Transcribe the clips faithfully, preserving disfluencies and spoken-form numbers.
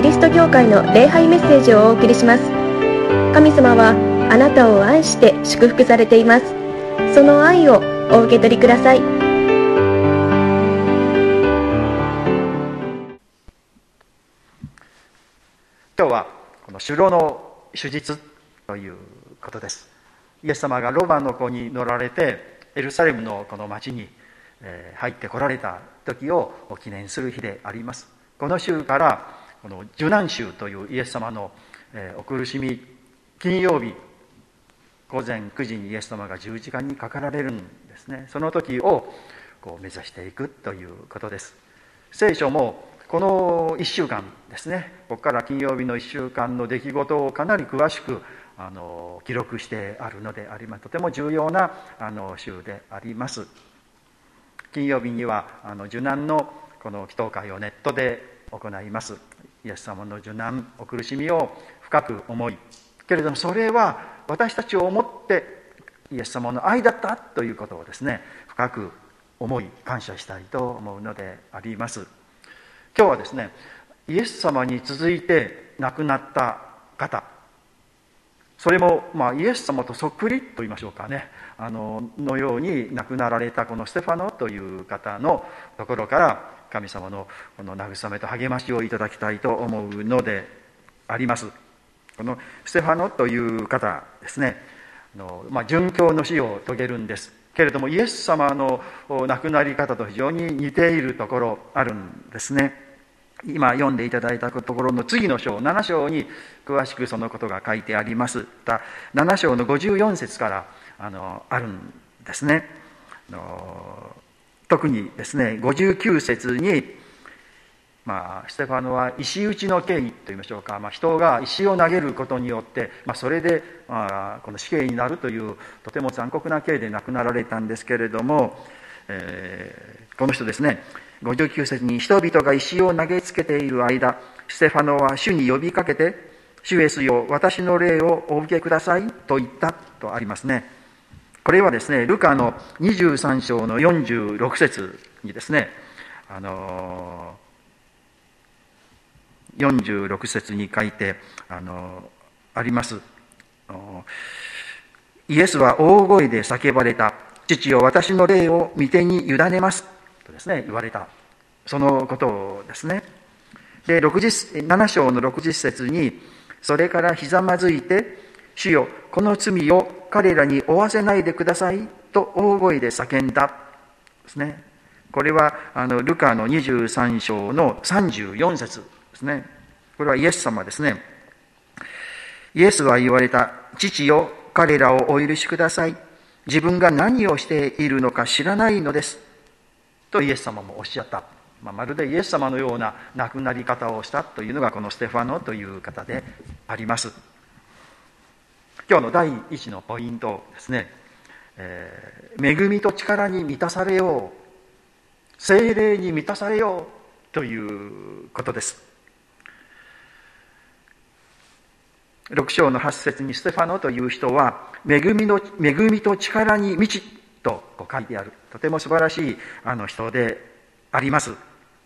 リスト教会の礼拝メッセージをお送りします。神様はあなたを愛して祝福されています。その愛をお受け取りください。 今日はこの主労の手術ということです。イエス様がロバの子に乗られてエルサレムのこの町に入ってこられた時を記念する日であります。この週からこの受難週というイエス様のお苦しみ、金曜日午前くじにイエス様が十字架にかかられるんですね。その時をこう目指していくということです。聖書もこのいっしゅうかんですね、ここから金曜日のいっしゅうかんの出来事をかなり詳しくあの記録してあるのであります。とても重要なあの週であります。金曜日にはあの受難のこの祈祷会をネットで行います。イエス様の受難、お苦しみを深く思い、けれどもそれは私たちを思ってイエス様の愛だったということをですね、深く思い感謝したいと思うのであります。今日はですね、イエス様に続いて亡くなった方、それもまあイエス様とそっくりと言いましょうかね、あののように亡くなられたこのステファノという方のところから神様のこの慰めと励ましをいただきたいと思うのであります。このステファノという方ですね、あの、まあ、殉教の死を遂げるんですけれども、イエス様の亡くなり方と非常に似ているところあるんですね。今読んでいただいたところの次の章、なな章に詳しくそのことが書いてありますが、なな章のごじゅうよん節からあのあるんですね。あの特にですね、ごじゅうきゅう節に、まあ、ステファノは石打ちの刑といいましょうか、まあ、人が石を投げることによって、まあ、それで、まあ、この死刑になるというとても残酷な刑で亡くなられたんですけれども、えー、この人ですね、ごじゅうきゅう節に、人々が石を投げつけている間、ステファノは主に呼びかけて、主イエスよ、私の霊をお受けくださいと言ったとありますね。これはですね、ルカのにじゅうさん章のよんじゅうろく節にですね、あのよんじゅうろく節に書いて あのあります。イエスは大声で叫ばれた。父よ、私の霊を御手に委ねますとですね、言われた。そのことですね。で、なな章のろくじゅう節に、それからひざまずいて、主よ、この罪を彼らに負わせないでくださいと大声で叫んだですね。これはあのルカのにじゅうさん章のさんじゅうよん節ですね。これはイエス様ですね。イエスは言われた。父よ、彼らをお許しください。自分が何をしているのか知らないのですとイエス様もおっしゃった。まあ、まるでイエス様のような亡くなり方をしたというのがこのステファノという方であります。今日の第一のポイントですね、えー、恵みと力に満たされよう、聖霊に満たされようということです。ろく章のはち節にステファノという人は恵みの恵みと力に満ちとこう書いてある、とても素晴らしいあの人であります。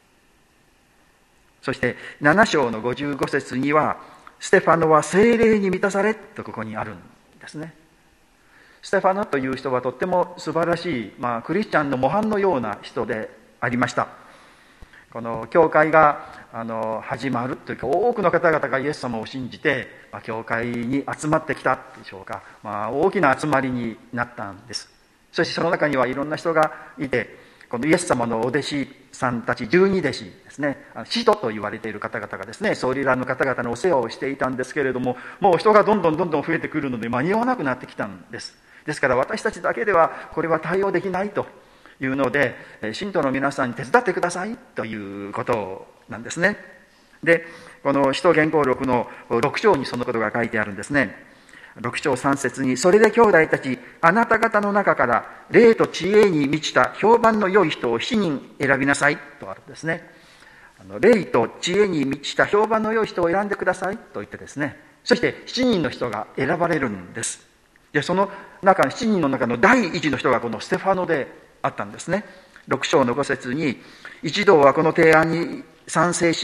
そしてなな章のごじゅうご節にはステファノは聖霊に満たされとここにあるんですね。ステファノという人はとっても素晴らしい、まあ、クリスチャンの模範のような人でありました。この教会があの始まるというか、多くの方々がイエス様を信じて、まあ、教会に集まってきたでしょうか、まあ、大きな集まりになったんです。そしてその中にはいろんな人がいて、このイエス様のお弟子さんたちじゅうに弟子ですね、使徒と言われている方々がですね、総理らの方々のお世話をしていたんですけれども、もう人がどんどんどんどん増えてくるので間に合わなくなってきたんです。ですから私たちだけではこれは対応できないというので、信徒の皆さんに手伝ってくださいということなんですね。で、この使徒言行録のろく章にそのことが書いてあるんですね。ろく章さん節に、それで兄弟たち、あなた方の中から霊と知恵に満ちた評判の良い人をしちにん選びなさいとあるんですね。あの霊と知恵に満ちた評判の良い人を選んでくださいと言ってですね、そしてしちにんの人が選ばれるんです。で、その中のしちにんの中の第一の人がこのステファノであったんですね。ろく章のご節に、一同はこの提案に賛成し、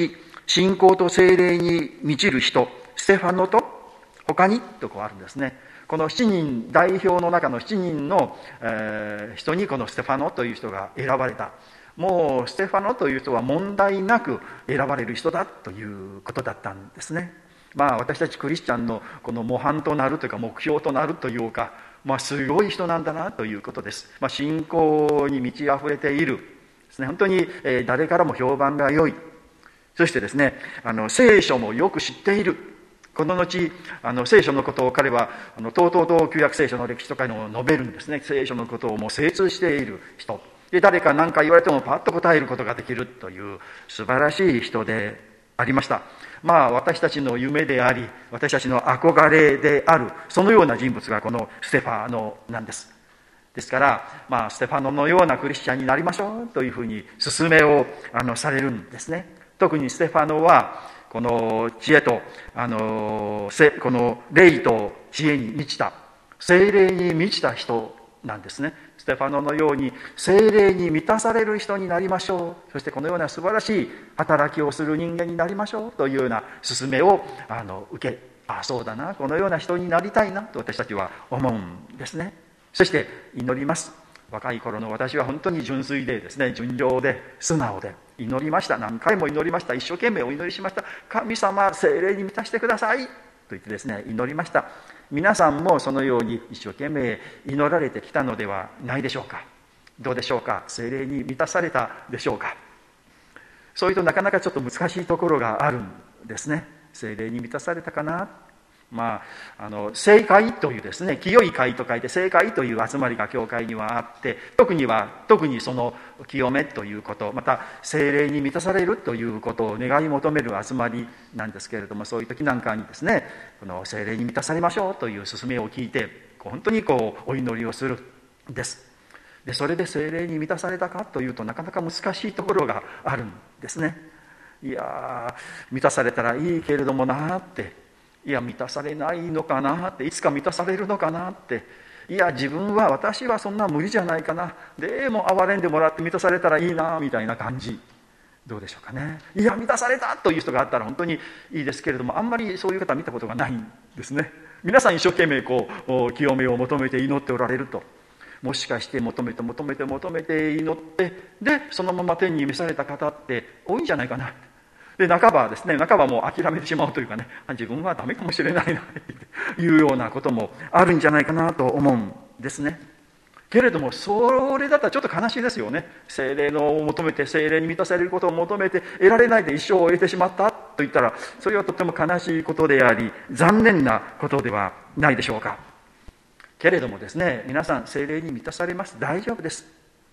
信仰と聖霊に満ちる人、ステファノと他にとこうあるんですね。このしちにん代表の中のしちにんの、えー、人にこのステファノという人が選ばれた。もうステファノという人は問題なく選ばれる人だということだったんですね。まあ私たちクリスチャンのこの模範となるというか目標となるというか、まあすごい人なんだなということです。まあ信仰に満ち溢れているですね。本当に、えー、誰からも評判が良い。そしてですね、あの聖書もよく知っている。この後、あの聖書のことを彼はあのとうとうと旧約聖書の歴史とかの述べるんですね。聖書のことをもう精通している人で、誰か何か言われてもパッと答えることができるという素晴らしい人でありました。まあ私たちの夢であり、私たちの憧れである、そのような人物がこのステファノなんです。ですから、まあステファノのようなクリスチャンになりましょうというふうに勧めをあのされるんですね。特にステファノはこの知恵とあのこの霊と知恵に満ちた、聖霊に満ちた人なんですね。ステファノのように聖霊に満たされる人になりましょう。そしてこのような素晴らしい働きをする人間になりましょうというような勧めをあの受け、あ、そうだな、このような人になりたいなと私たちは思うんですね。そして祈ります。若い頃の私は本当に純粋でですね、純情で素直で祈りました。何回も祈りました。一生懸命お祈りしました。神様、聖霊に満たしてくださいと言ってですね、祈りました。皆さんもそのように一生懸命祈られてきたのではないでしょうか。どうでしょうか。聖霊に満たされたでしょうか。そういうとなかなかちょっと難しいところがあるんですね。聖霊に満たされたかな。まあ、あの聖会というですね、清い会と書いて聖会という集まりが教会にはあって、特には特にその清めということ、また聖霊に満たされるということを願い求める集まりなんですけれども、そういう時なんかにですね、この聖霊に満たされましょうという勧めを聞いて、本当にこうお祈りをするんです。でそれで聖霊に満たされたかというとなかなか難しいところがあるんですね。いや満たされたらいいけれどもなって、いや満たされないのかなって、いつか満たされるのかなって、いや自分は私はそんな無理じゃないかな、でも憐れんでもらって満たされたらいいなみたいな感じ、どうでしょうかね。いや満たされたという人があったら本当にいいですけれども、あんまりそういう方見たことがないんですね。皆さん一生懸命こう清めを求めて祈っておられると、もしかして求めて求めて求めて祈って、でそのまま天に召された方って多いんじゃないかな。で半ばですね、半ばもう諦めてしまうというかね、自分はダメかもしれないなというようなこともあるんじゃないかなと思うんですね。けれどもそれだったらちょっと悲しいですよね。聖霊のを求めて、聖霊に満たされることを求めて得られないで一生を終えてしまったと言ったら、それはとても悲しいことであり残念なことではないでしょうか。けれどもですね、皆さん聖霊に満たされます。大丈夫です。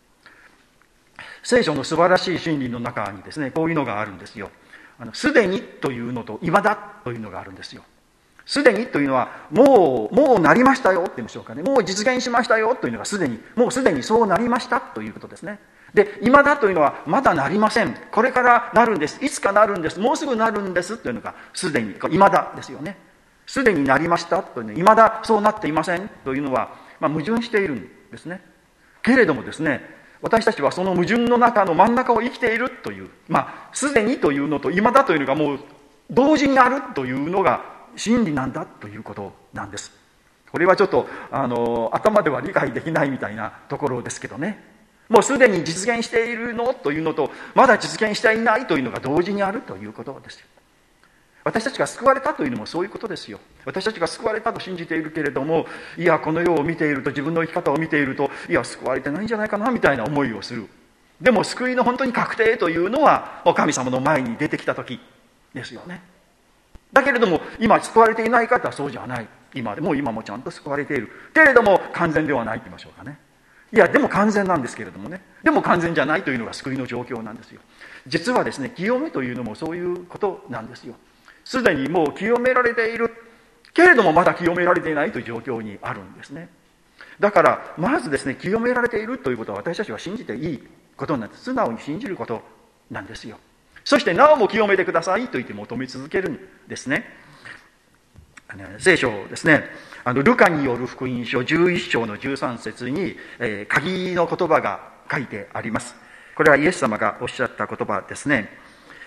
聖書の素晴らしい真理の中にですね、こういうのがあるんですよ。あのすでにというのと今だというのがあるんですよ。すでにというのはもうもうなりましたよって言いましょうかね。もう実現しましたよというのがすでに、もうすでにそうなりましたということですね。で今だというのはまだなりません、これからなるんです、いつかなるんです、もうすぐなるんですというのがすでに今だですよね。すでになりましたというのは今だそうなっていませんというのは、まあ、矛盾しているんですね。けれどもですね、私たちはその矛盾の中の真ん中を生きているという、まあすでにというのと今だというのがもう同時にあるというのが真理なんだということなんです。これはちょっとあの頭では理解できないみたいなところですけどね、もうすでに実現しているのというのとまだ実現していないというのが同時にあるということですよ。私たちが救われたというのもそういうことですよ。私たちが救われたと信じているけれども、いやこの世を見ていると、自分の生き方を見ていると、いや救われてないんじゃないかなみたいな思いをする。でも救いの本当に確定というのは神様の前に出てきた時ですよね。だけれども今救われていない方はそうじゃない。今でも今もちゃんと救われているけれども完全ではないと言いましょうかね。いやでも完全なんですけれどもね、でも完全じゃないというのが救いの状況なんですよ。実はですね、清めというのもそういうことなんですよ。すでにもう清められているけれどもまだ清められていないという状況にあるんですね。だからまずですね、清められているということは私たちは信じていいことなんです。素直に信じることなんですよ。そしてなおも清めてくださいと言って求め続けるんですね。聖書ですね、あのルカによる福音書じゅういっ章のじゅうさん節に、えー、鍵の言葉が書いてあります。これはイエス様がおっしゃった言葉ですね。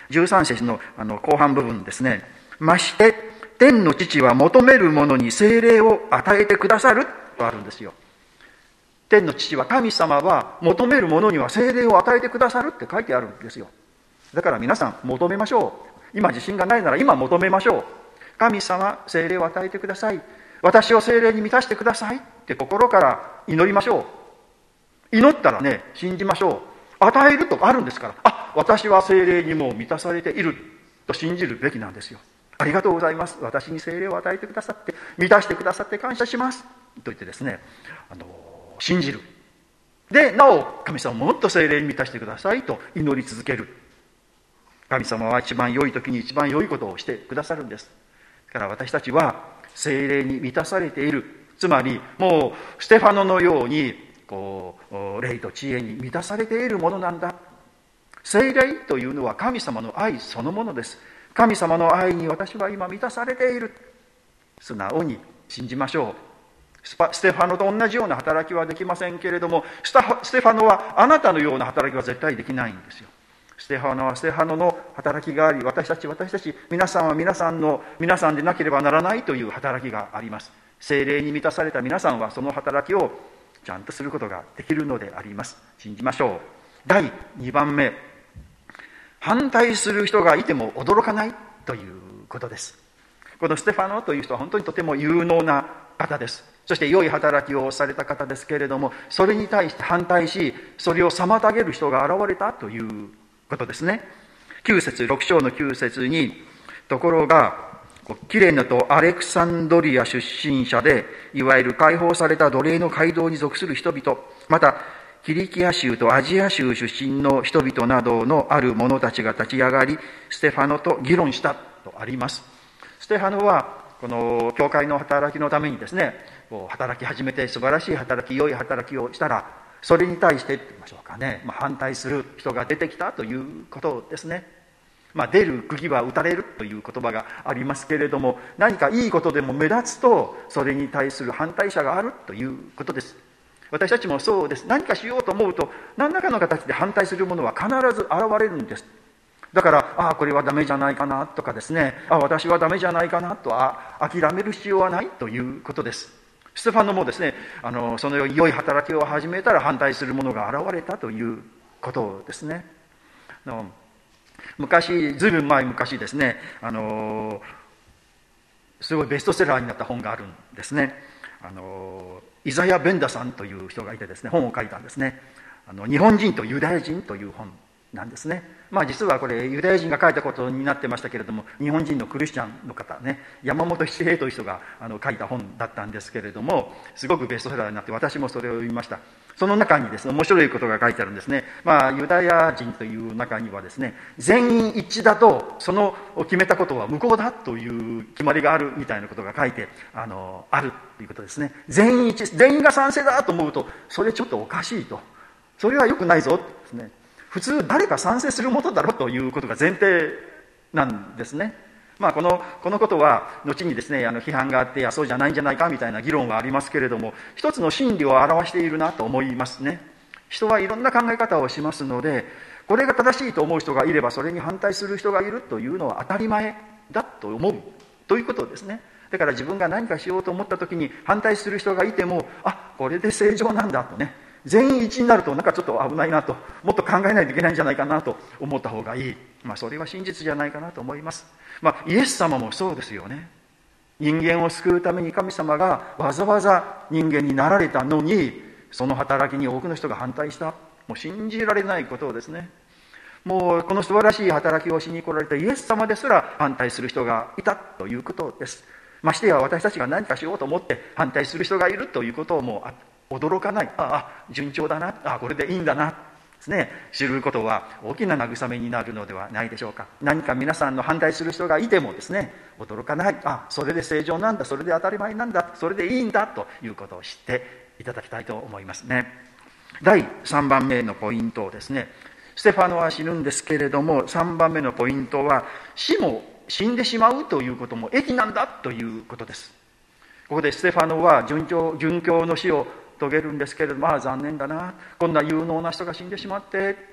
じゅうさん節のあの後半部分ですね。まして天の父は求める者に聖霊を与えてくださるとあるんですよ。天の父は、神様は求める者には聖霊を与えてくださるって書いてあるんですよ。だから皆さん求めましょう。今自信がないなら今求めましょう。神様、聖霊を与えてください。私を聖霊に満たしてくださいって心から祈りましょう。祈ったらね、信じましょう。与えるとかあるんですから、あ、私は聖霊にもう満たされていると信じるべきなんですよ。ありがとうございます。私に聖霊を与えてくださって、満たしてくださって感謝します。と言ってですね、あの、信じる。で、なお、神様ももっと聖霊に満たしてくださいと祈り続ける。神様は一番良い時に一番良いことをしてくださるんです。だから私たちは聖霊に満たされている。つまり、もうステファノのように、こう、霊と知恵に満たされているものなんだ。聖霊というのは神様の愛そのものです。神様の愛に私は今満たされている。素直に信じましょう。ステファノと同じような働きはできませんけれども、ステファノはあなたのような働きは絶対できないんですよ。ステファノはステファノの働きがあり、私たち私たち皆さんは皆さんの皆さんでなければならないという働きがあります。聖霊に満たされた皆さんはその働きをちゃんとすることができるのであります。信じましょう。だいにばんめ、反対する人がいても驚かないということです。このステファノという人は本当にとても有能な方です。そして良い働きをされた方ですけれども、それに対して反対し、それを妨げる人が現れたということですね。きゅう節、ろく章のきゅう節に、ところがキレネとアレクサンドリア出身者で、いわゆる解放された奴隷の街道に属する人々、またキリキア州とアジア州出身の人々などのある者たちが立ち上がり、ステファノと議論したとあります。ステファノはこの教会の働きのためにですね、働き始めて素晴らしい働き、良い働きをしたら、それに対してと言いましょうかね、まあ、反対する人が出てきたということですね。まあ、出る釘は打たれるという言葉がありますけれども、何かいいことでも目立つとそれに対する反対者があるということです。私たちもそうです。何かしようと思うと何らかの形で反対するものは必ず現れるんです。だからああこれはダメじゃないかなとかですね、ああ私はダメじゃないかなとあ諦める必要はないということです。ステファノもですね、あのそのように良い働きを始めたら反対するものが現れたということですね。あの昔、ずいぶん前昔ですね、あのすごいベストセラーになった本があるんですね。あのイザヤ・ベンダさんという人がいてですね、本を書いたんですね。あの日本人とユダヤ人という本なんですね。まあ実はこれユダヤ人が書いたことになってましたけれども、日本人のクリスチャンの方ね、山本七平という人があの書いた本だったんですけれども、すごくベストセラーになって私もそれを読みました。その中にですね、面白いことが書いてあるんですね。まあユダヤ人という中にはですね、全員一致だとその決めたことは無効だという決まりがあるみたいなことが書いてあのあるということですね。全員一致、全員が賛成だと思うとそれちょっとおかしいと、それは良くないぞですね。普通誰か賛成するものだろうということが前提なんですね。まあこのこのことは後にですね、あの批判があって、いやそうじゃないんじゃないかみたいな議論はありますけれども、一つの真理を表しているなと思いますね。人はいろんな考え方をしますので、これが正しいと思う人がいればそれに反対する人がいるというのは当たり前だと思うということですね。だから自分が何かしようと思った時に反対する人がいても、あ、これで正常なんだとね、全員一致になるとなんかちょっと危ないなと、もっと考えないといけないんじゃないかなと思った方がいい。まあそれは真実じゃないかなと思います。まあイエス様もそうですよね。人間を救うために神様がわざわざ人間になられたのに、その働きに多くの人が反対した。もう信じられないことをですね。もうこの素晴らしい働きをしに来られたイエス様ですら反対する人がいたということです。ましてや私たちが何かしようと思って反対する人がいるということをもう驚かない。ああ順調だな、ああこれでいいんだなですね、知ることは大きな慰めになるのではないでしょうか。何か皆さんの反対する人がいてもですね、驚かない。ああそれで正常なんだ、それで当たり前なんだ、それでいいんだということを知っていただきたいと思いますね。だいさんばんめのポイントをですね、ステファノは死ぬんですけれども、さんばんめのポイントは死も死んでしまうということも益なんだということです。ここでステファノは殉教、殉教の死を遂げるんですけれども、まあ残念だな、こんな有能な人が死んでしまって、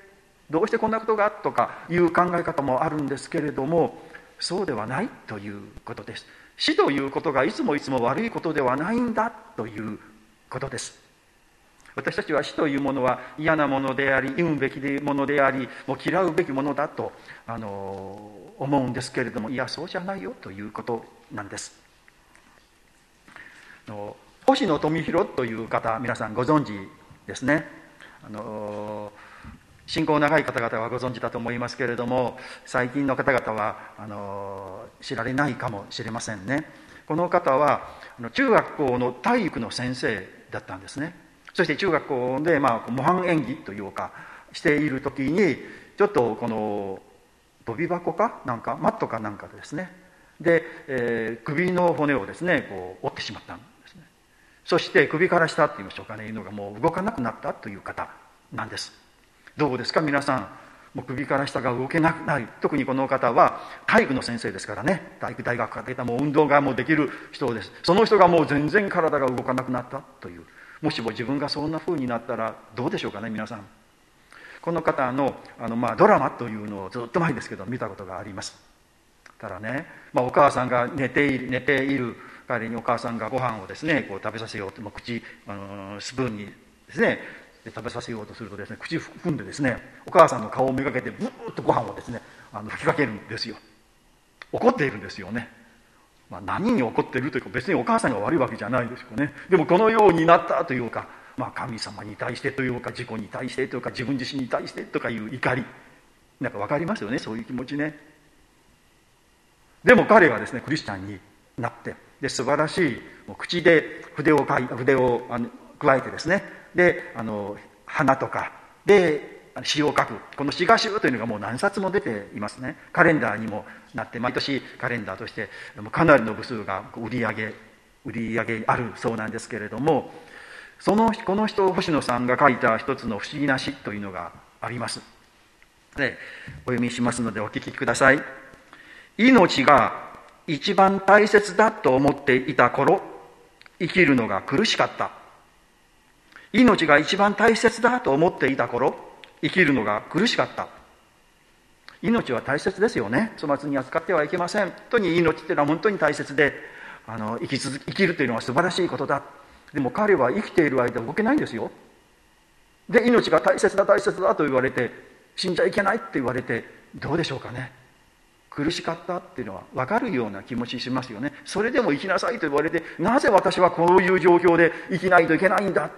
どうしてこんなことがとかいう考え方もあるんですけれども、そうではないということです。死ということがいつもいつも悪いことではないんだということです。私たちは死というものは嫌なものであり、忌むべきものであり、もう嫌うべきものだとあの思うんですけれども、いやそうじゃないよということなんです。あの星野富弘という方、皆さんご存知ですね。あの信仰長い方々はご存知だと思いますけれども、最近の方々はあの知られないかもしれませんね。この方は中学校の体育の先生だったんですね。そして中学校で、まあ、模範演技というかしている時に、ちょっとこの跳び箱かなんかマットかなんかでですね、で、えー、首の骨をですねこう折ってしまったんですね。そして首から下っていいましょうかね、いうのがもう動かなくなったという方なんです。どうですか皆さん、もう首から下が動けなくなる。特にこの方は体育の先生ですからね、体育大学から出たもう運動がもうできる人です。その人がもう全然体が動かなくなったという、もしも自分がそんな風になったらどうでしょうかね皆さん。この方のあの、まあ、ドラマというのをずっと前ですけど見たことがあります。ただね、まあ、お母さんが寝ている寝ている代わりにお母さんがご飯をですねこう食べさせようと、まあ、口あのスプーンにですねで食べさせようとするとですね、口踏んでですねお母さんの顔をめがけてブーッとご飯をですねあの吹きかけるんですよ。怒っているんですよね。まあ、何に怒ってるというか別にお母さんが悪いわけじゃないですよね。でもこのようになったというか、まあ、神様に対してというか自己に対してというか自分自身に対してとかいう怒り、なんか分かりますよねそういう気持ちね。でも彼がですねクリスチャンになってで素晴らしいもう口で筆をかい筆をあの加えてですね、であの花とかで詩を書く、この詩歌集というのがもう何冊も出ていますね。カレンダーにもなって毎年カレンダーとしてかなりの部数が売り上げ売り上げあるそうなんですけれども、そのこの人星野さんが書いた一つの不思議な詩というのがあります。でお読みしますのでお聞きください。命が一番大切だと思っていた頃、生きるのが苦しかった。命が一番大切だと思っていた頃、生きるのが苦しかった。命は大切ですよね。粗末に扱ってはいけません。本当に命っていうのは本当に大切で、あの生き続生きるというのは素晴らしいことだ。でも彼は生きている間動けないんですよ。で命が大切だ大切だと言われて、死んじゃいけないって言われて、どうでしょうかね。苦しかったっていうのは分かるような気持ちしますよね。それでも生きなさいと言われて、なぜ私はこういう状況で生きないといけないんだ、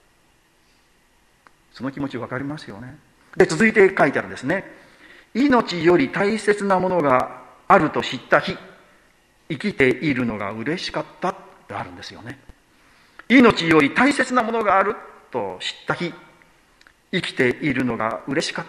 その気持ち分かりますよね。で続いて書いてあるんですね。命より大切なものがあると知った日、生きているのが嬉しかったってあるんですよね。命より大切なものがあると知った日、生きているのが嬉しかった。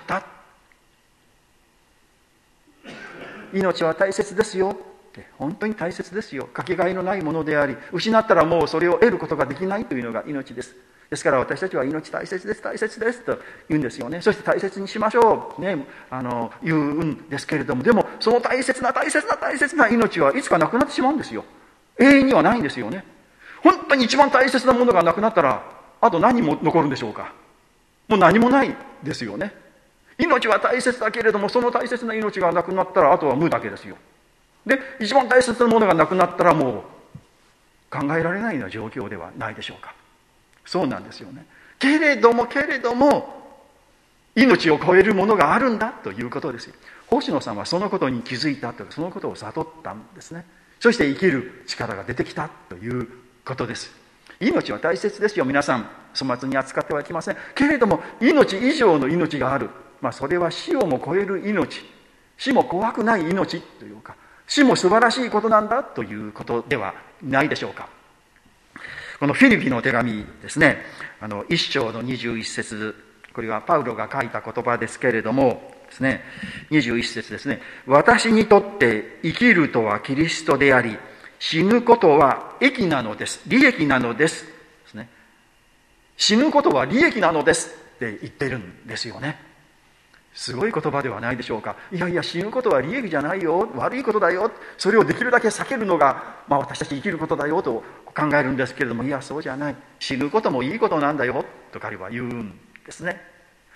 命は大切ですよって、本当に大切ですよ。かけがえのないものであり、失ったらもうそれを得ることができないというのが命です。ですから私たちは命大切です大切ですと言うんですよね。そして大切にしましょうね、あの言うんですけれども、でもその大切な大切な大切な命はいつかなくなってしまうんですよ。永遠にはないんですよね。本当に一番大切なものがなくなったら、あと何も残るんでしょうか。もう何もないですよね。命は大切だけれども、その大切な命がなくなったらあとは無だけですよ。で一番大切なものがなくなったらもう考えられないような状況ではないでしょうか。そうなんですよね。けれどもけれども命を超えるものがあるんだということですよ。星野さんはそのことに気づいたというか、そのことを悟ったんですね。そして生きる力が出てきたということです。命は大切ですよ皆さん。粗末に扱ってはいけませんけれども、命以上の命がある、まあ、それは死をも超える命、死も怖くない命というか、死も素晴らしいことなんだということではないでしょうか。このフィリピの手紙ですね、あの一章のにじゅういち節、これはパウロが書いた言葉ですけれどもですね、にじゅういち節ですね。私にとって生きるとはキリストであり、死ぬことは益なのです、利益なのですですね。死ぬことは利益なのですって言ってるんですよね。すごい言葉ではないでしょうか。いやいや死ぬことは利益じゃないよ、悪いことだよ、それをできるだけ避けるのが、まあ、私たち生きることだよと考えるんですけれども、いやそうじゃない、死ぬこともいいことなんだよと彼は言うんですね。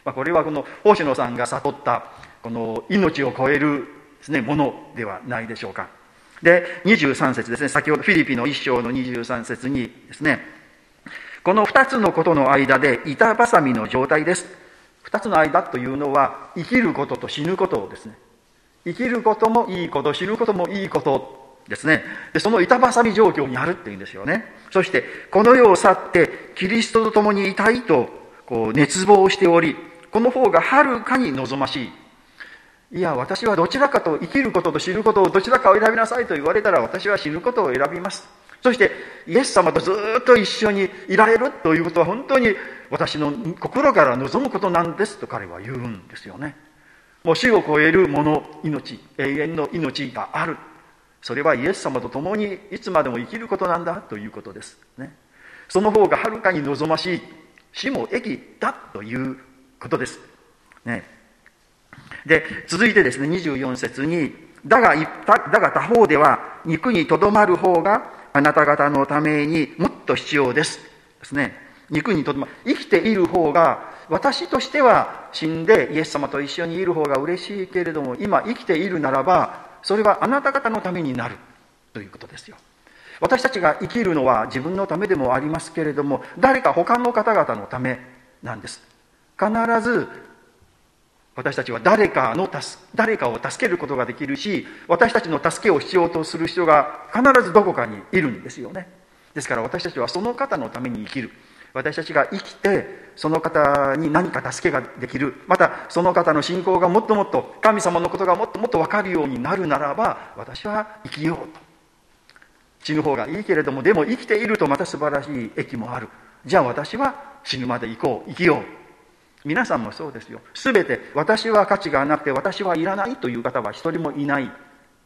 まあ、これはこの星野さんが悟ったこの命を超えるですね、ものではないでしょうか。で、にじゅうさん節ですね、先ほどフィリピの一章のにじゅうさん節にですね、この二つのことの間で板挟みの状態です。二つの間というのは、生きることと死ぬことですね。生きることもいいこと、死ぬこともいいことですね。で、その板挟み状況にあるっていうんですよね。そして、この世を去ってキリストと共にいたいと、こう熱望しており、この方がはるかに望ましい。いや、私はどちらかと、生きることと死ぬことをどちらかを選びなさいと言われたら、私は死ぬことを選びます。そしてイエス様とずっと一緒にいられるということは本当に私の心から望むことなんですと彼は言うんですよね。もう死を超えるもの、命、永遠の命がある。それはイエス様と共にいつまでも生きることなんだということですね。その方がはるかに望ましい。死も益だということですね。で、続いてですね、にじゅうよん節に、だが、だが他方では肉にとどまる方があなた方のためにもっと必要ですですね。肉にとどまる、生きている方が、私としては死んでイエス様と一緒にいる方が嬉しいけれども、今生きているならばそれはあなた方のためになるということですよ。私たちが生きるのは自分のためでもありますけれども、誰か他の方々のためなんです。必ず私たちは誰かの誰かを助けることができるし、私たちの助けを必要とする人が必ずどこかにいるんですよね。ですから私たちはその方のために生きる。私たちが生きてその方に何か助けができる、またその方の信仰がもっともっと神様のことがもっともっと分かるようになるならば、私は生きようと。死ぬ方がいいけれども、でも生きているとまた素晴らしい益もある。じゃあ私は死ぬまで行こう、生きよう。皆さんもそうですよ。すべて私は価値がなくて私はいらないという方は一人もいない。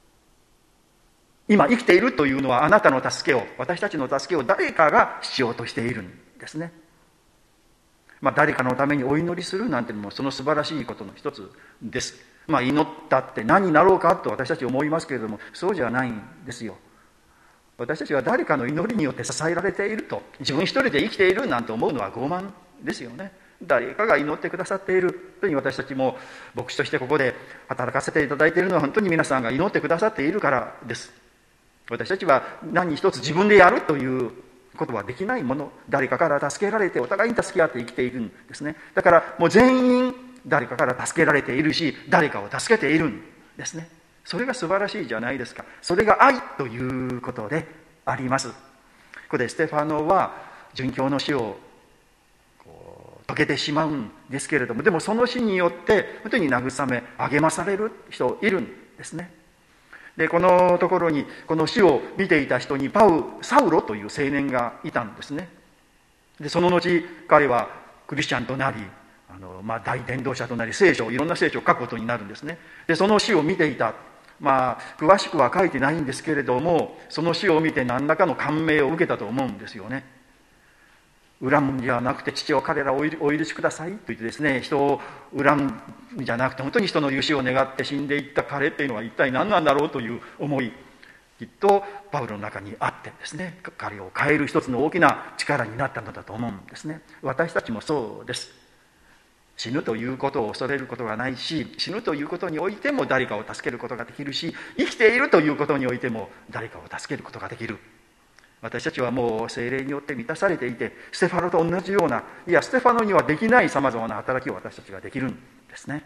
今生きているというのはあなたの助けを、私たちの助けを誰かがしようとしているんですね。まあ誰かのためにお祈りするなんていうのもその素晴らしいことの一つです。まあ祈ったって何になろうかと私たち思いますけれども、そうじゃないんですよ。私たちは誰かの祈りによって支えられていると、自分一人で生きているなんて思うのは傲慢ですよね。誰かが祈ってくださっている。本当に私たちも牧師としてここで働かせていただいているのは本当に皆さんが祈ってくださっているからです。私たちは何一つ自分でやるということはできないもの、誰かから助けられてお互いに助け合って生きているんですね。だからもう全員誰かから助けられているし、誰かを助けているんですね。それが素晴らしいじゃないですか。それが愛ということであります。ここでステファノは殉教の死を解けてしまうんですけれども、でもその死によって本当に慰め励まされる人いるんですね。でこのところにこの死を見ていた人にパウサウロという青年がいたんですね。でその後彼はクリスチャンとなり、あの、まあ、大伝道者となり聖書いろんな聖書を書くことになるんですね。でその死を見ていた、まあ詳しくは書いてないんですけれども、その死を見て何らかの感銘を受けたと思うんですよね。恨むんじゃなくて父を彼らをお許しくださいと言ってですね、人を恨むんじゃなくて本当に人の許しを願って死んでいった彼っていうのは一体何なんだろうという思い、きっとパウロの中にあってですね、彼を変える一つの大きな力になったのだと思うんですね。私たちもそうです。死ぬということを恐れることがないし、死ぬということにおいても誰かを助けることができるし、生きているということにおいても誰かを助けることができる。私たちはもう聖霊によって満たされていて、ステファノと同じような、いやステファノにはできないさまざまな働きを私たちができるんですね。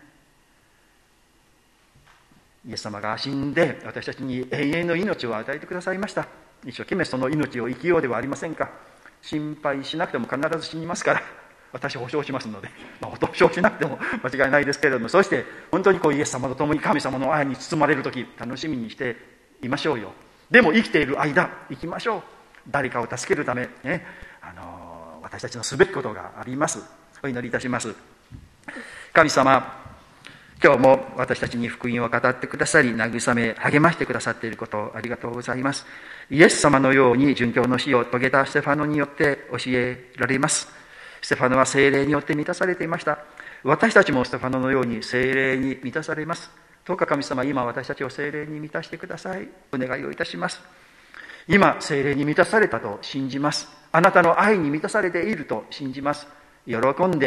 イエス様が死んで私たちに永遠の命を与えてくださいました。一生懸命その命を生きようではありませんか。心配しなくても必ず死にますから、私保証しますので、まあ、保証しなくても間違いないですけれども、そして本当にこうイエス様と共に神様の愛に包まれる時楽しみにしていましょうよ。でも生きている間生きましょう。誰かを助けるため、ね、あの私たちのすべきことがあります。お祈りいたします。神様、今日も私たちに福音を語ってくださり、慰め励ましてくださっていることありがとうございます。イエス様のように殉教の死を遂げたステファノによって教えられます。ステファノは聖霊によって満たされていました。私たちもステファノのように聖霊に満たされます。どうか神様、今私たちを聖霊に満たしてください。お願いをいたします。今聖霊に満たされたと信じます。あなたの愛に満たされていると信じます。喜んで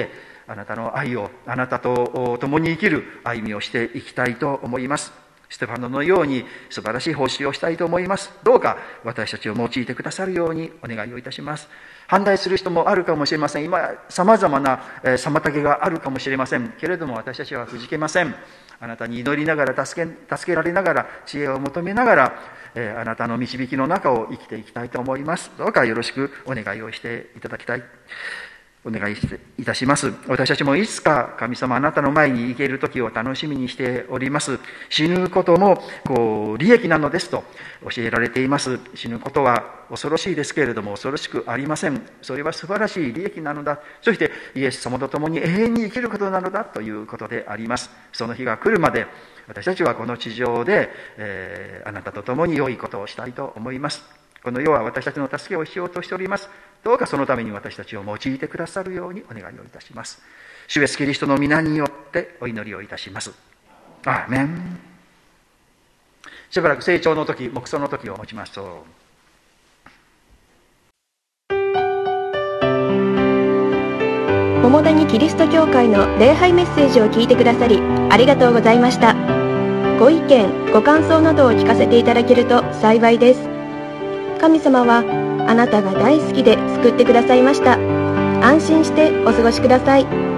あなたの愛を、あなたと共に生きる歩みをしていきたいと思います。ステファノのように素晴らしい奉仕をしたいと思います。どうか私たちを用いてくださるようにお願いをいたします。反対する人もあるかもしれません。今、様々な妨げがあるかもしれません。けれども私たちはくじけません。あなたに祈りながら、助け、助けられながら、知恵を求めながら、えー、あなたの導きの中を生きていきたいと思います。どうかよろしくお願いをしていただきたい。お願いいたします。私たちもいつか神様あなたの前に行ける時を楽しみにしております。死ぬこともこう利益なのですと教えられています。死ぬことは恐ろしいですけれども恐ろしくありません。それは素晴らしい利益なのだ。そしてイエス様と共に永遠に生きることなのだということであります。その日が来るまで私たちはこの地上で、えー、あなたと共に良いことをしたいと思います。この世は私たちの助けをしようとしております。どうかそのために私たちを用いてくださるようにお願いをいたします。主イエスキリストの皆によってお祈りをいたします。アーメン。しばらく成長の時、黙想の時を持ちましょう。 桃谷キリスト教会の礼拝メッセージを聞いてくださりありがとうございました。ご意見、ご感想などを聞かせていただけると幸いです。神様はあなたが大好きで救ってくださいました。安心してお過ごしください。